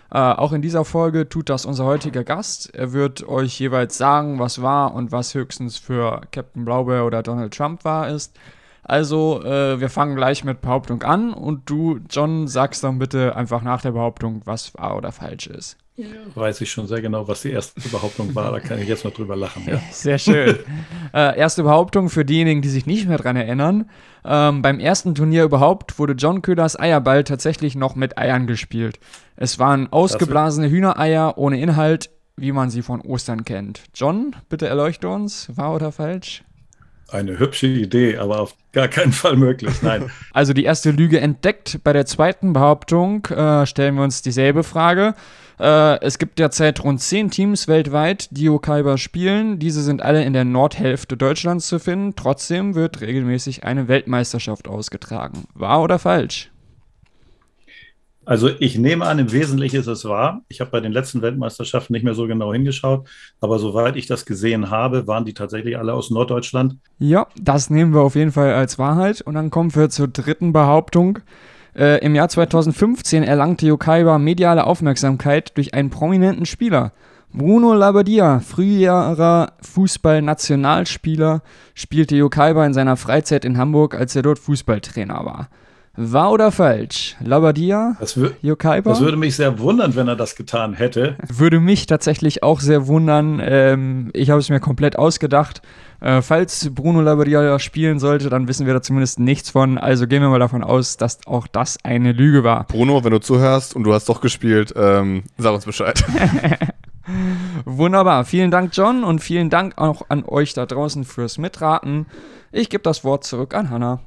Auch in dieser Folge tut das unser heutiger Gast. Er wird euch jeweils sagen, was wahr und was höchstens für Captain Blaubeer oder Donald Trump wahr ist. Also, wir fangen gleich mit Behauptung an und du, John, sagst dann bitte einfach nach der Behauptung, was wahr oder falsch ist. Ja, weiß ich schon sehr genau, was die erste Behauptung war, da kann ich jetzt noch drüber lachen. Ja. Sehr schön. Erste Behauptung für diejenigen, die sich nicht mehr dran erinnern. Beim ersten Turnier überhaupt wurde John Köhlers Eierball tatsächlich noch mit Eiern gespielt. Es waren ausgeblasene Hühnereier ohne Inhalt, wie man sie von Ostern kennt. John, bitte erleuchte uns, wahr oder falsch? Eine hübsche Idee, aber auf gar keinen Fall möglich, nein. Also die erste Lüge entdeckt. Bei der zweiten Behauptung stellen wir uns dieselbe Frage. Es gibt derzeit rund 10 Teams weltweit, die Yokaiba spielen. Diese sind alle in der Nordhälfte Deutschlands zu finden. Trotzdem wird regelmäßig eine Weltmeisterschaft ausgetragen. Wahr oder falsch? Also ich nehme an, im Wesentlichen ist es wahr. Ich habe bei den letzten Weltmeisterschaften nicht mehr so genau hingeschaut, aber soweit ich das gesehen habe, waren die tatsächlich alle aus Norddeutschland. Ja, das nehmen wir auf jeden Fall als Wahrheit. Und dann kommen wir zur dritten Behauptung. Im Jahr 2015 erlangte Yokaiba mediale Aufmerksamkeit durch einen prominenten Spieler. Bruno Labbadia, früherer Fußballnationalspieler, spielte Yokaiba in seiner Freizeit in Hamburg, als er dort Fußballtrainer war. Wahr oder falsch? Labbadia, Yokaiba? Das würde mich sehr wundern, wenn er das getan hätte. Würde mich tatsächlich auch sehr wundern. Ich habe es mir komplett ausgedacht. Falls Bruno Labbadia spielen sollte, dann wissen wir da zumindest nichts von. Also gehen wir mal davon aus, dass auch das eine Lüge war. Bruno, wenn du zuhörst und du hast doch gespielt, sag uns Bescheid. Wunderbar. Vielen Dank, John, und vielen Dank auch an euch da draußen fürs Mitraten. Ich gebe das Wort zurück an Hannah.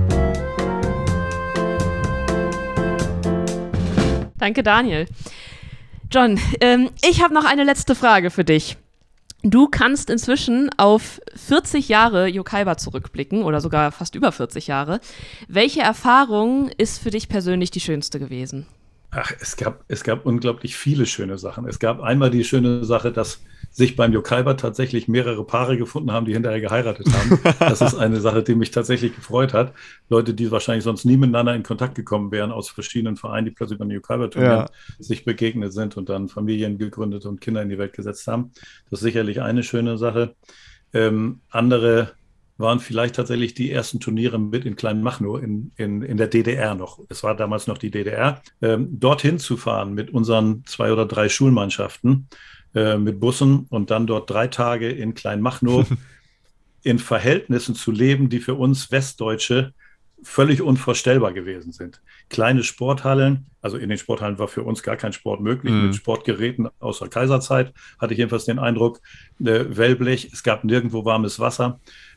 Danke, Daniel. John, ich habe noch eine letzte Frage für dich. Du kannst inzwischen auf 40 Jahre Yokaiba zurückblicken oder sogar fast über 40 Jahre. Welche Erfahrung ist für dich persönlich die schönste gewesen? Ach, es gab unglaublich viele schöne Sachen. Es gab einmal die schöne Sache, dass sich beim Yokaiba tatsächlich mehrere Paare gefunden haben, die hinterher geheiratet haben. Das ist eine Sache, die mich tatsächlich gefreut hat. Leute, die wahrscheinlich sonst nie miteinander in Kontakt gekommen wären, aus verschiedenen Vereinen, die plötzlich beim Yokaiba-Turnier sich begegnet sind und dann Familien gegründet und Kinder in die Welt gesetzt haben. Das ist sicherlich eine schöne Sache. Andere waren vielleicht tatsächlich die ersten Turniere mit in Kleinmachnow in der DDR noch. Es war damals noch die DDR. Dorthin zu fahren mit unseren 2 oder 3 Schulmannschaften, mit Bussen und dann dort 3 Tage in Kleinmachnow in Verhältnissen zu leben, die für uns Westdeutsche völlig unvorstellbar gewesen sind. Kleine Sporthallen, also in den Sporthallen war für uns gar kein Sport möglich, mit Sportgeräten aus der Kaiserzeit, hatte ich jedenfalls den Eindruck, Wellblech, es gab nirgendwo warmes Wasser.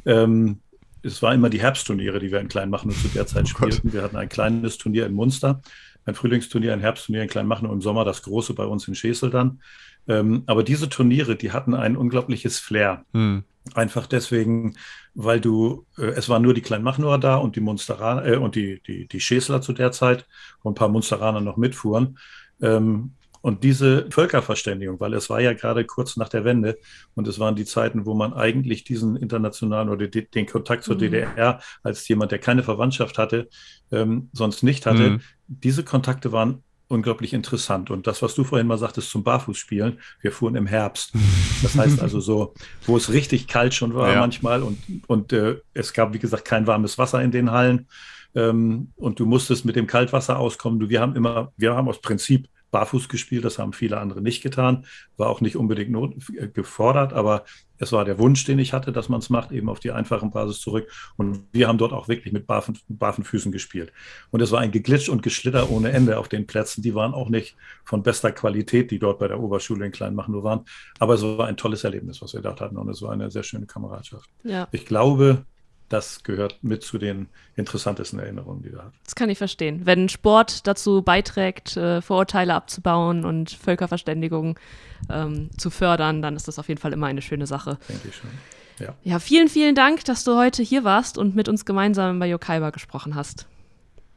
Es waren immer die Herbstturniere, die wir in Kleinmachnow zu der Zeit spielten. Wir hatten ein kleines Turnier in Munster, ein Frühlingsturnier, ein Herbstturnier in Kleinmachnow, im Sommer das große bei uns in Schesel dann. Aber diese Turniere, die hatten ein unglaubliches Flair. Einfach deswegen, weil es waren nur die Kleinmachnower da und die Munsteraner und die Schesler zu der Zeit und ein paar Munsteraner noch mitfuhren. Und diese Völkerverständigung, weil es war ja gerade kurz nach der Wende und es waren die Zeiten, wo man eigentlich diesen internationalen oder den Kontakt zur DDR als jemand, der keine Verwandtschaft hatte, sonst nicht hatte. Diese Kontakte waren unglaublich interessant. Und das, was du vorhin mal sagtest zum Barfußspielen, wir fuhren im Herbst. Das heißt also so, wo es richtig kalt schon war manchmal und es gab, wie gesagt, kein warmes Wasser in den Hallen und du musstest mit dem Kaltwasser auskommen. Wir haben aus Prinzip barfuß gespielt, das haben viele andere nicht getan, war auch nicht unbedingt gefordert, aber es war der Wunsch, den ich hatte, dass man es macht, eben auf die einfachen Basis zurück. Und wir haben dort auch wirklich mit barfen Füßen gespielt. Und es war ein Geglitsch und Geschlitter ohne Ende auf den Plätzen. Die waren auch nicht von bester Qualität, die dort bei der Oberschule in Kleinmachnow waren. Aber es war ein tolles Erlebnis, was wir dort hatten. Und es war eine sehr schöne Kameradschaft. Ja. Ich glaube, das gehört mit zu den interessantesten Erinnerungen, die wir hatten. Das kann ich verstehen. Wenn Sport dazu beiträgt, Vorurteile abzubauen und Völkerverständigung zu fördern, dann ist das auf jeden Fall immer eine schöne Sache. Denke ich schon. Ja, vielen, vielen Dank, dass du heute hier warst und mit uns gemeinsam bei Yokaiba gesprochen hast.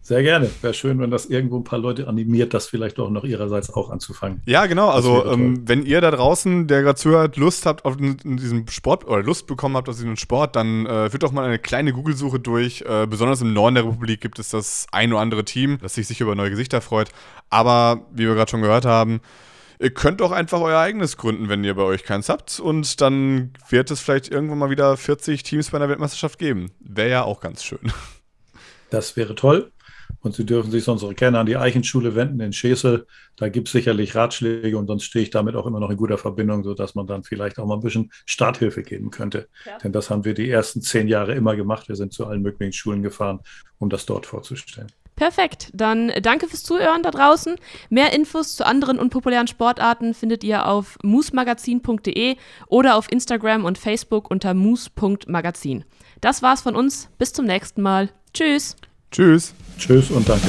Sehr gerne. Wäre schön, wenn das irgendwo ein paar Leute animiert, das vielleicht auch noch ihrerseits auch anzufangen. Ja, genau. Also, wenn ihr da draußen, der gerade zuhört, Lust habt auf diesen Sport oder Lust bekommen habt auf diesen Sport, dann führt doch mal eine kleine Google-Suche durch. Besonders im Norden der Republik gibt es das ein oder andere Team, das sich sicher über neue Gesichter freut. Aber, wie wir gerade schon gehört haben, ihr könnt auch einfach euer eigenes gründen, wenn ihr bei euch keins habt. Und dann wird es vielleicht irgendwann mal wieder 40 Teams bei einer Weltmeisterschaft geben. Wäre ja auch ganz schön. Das wäre toll. Und Sie dürfen sich sonst gerne an die Eichenschule wenden in Schesel. Da gibt es sicherlich Ratschläge und sonst stehe ich damit auch immer noch in guter Verbindung, sodass man dann vielleicht auch mal ein bisschen Starthilfe geben könnte. Ja. Denn das haben wir die ersten 10 Jahre immer gemacht. Wir sind zu allen möglichen Schulen gefahren, um das dort vorzustellen. Perfekt, dann danke fürs Zuhören da draußen. Mehr Infos zu anderen unpopulären Sportarten findet ihr auf moosmagazin.de oder auf Instagram und Facebook unter moos.magazin. Das war's von uns, bis zum nächsten Mal. Tschüss. Tschüss. Tschüss und danke.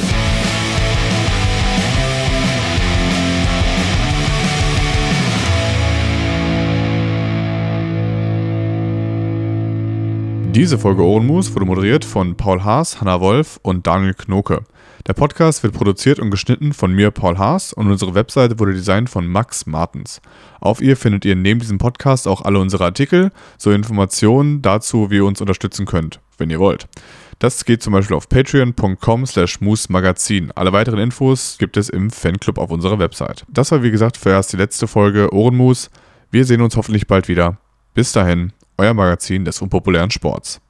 Diese Folge Ohrenmus wurde moderiert von Paul Haas, Hanna Wolf und Daniel Knoke. Der Podcast wird produziert und geschnitten von mir, Paul Haas, und unsere Webseite wurde designt von Max Martens. Auf ihr findet ihr neben diesem Podcast auch alle unsere Artikel sowie Informationen dazu, wie ihr uns unterstützen könnt, wenn ihr wollt. Das geht zum Beispiel auf patreon.com/moosmagazin. Alle weiteren Infos gibt es im Fanclub auf unserer Website. Das war wie gesagt vorerst die letzte Folge Ohrenmus. Wir sehen uns hoffentlich bald wieder. Bis dahin, euer Magazin des unpopulären Sports.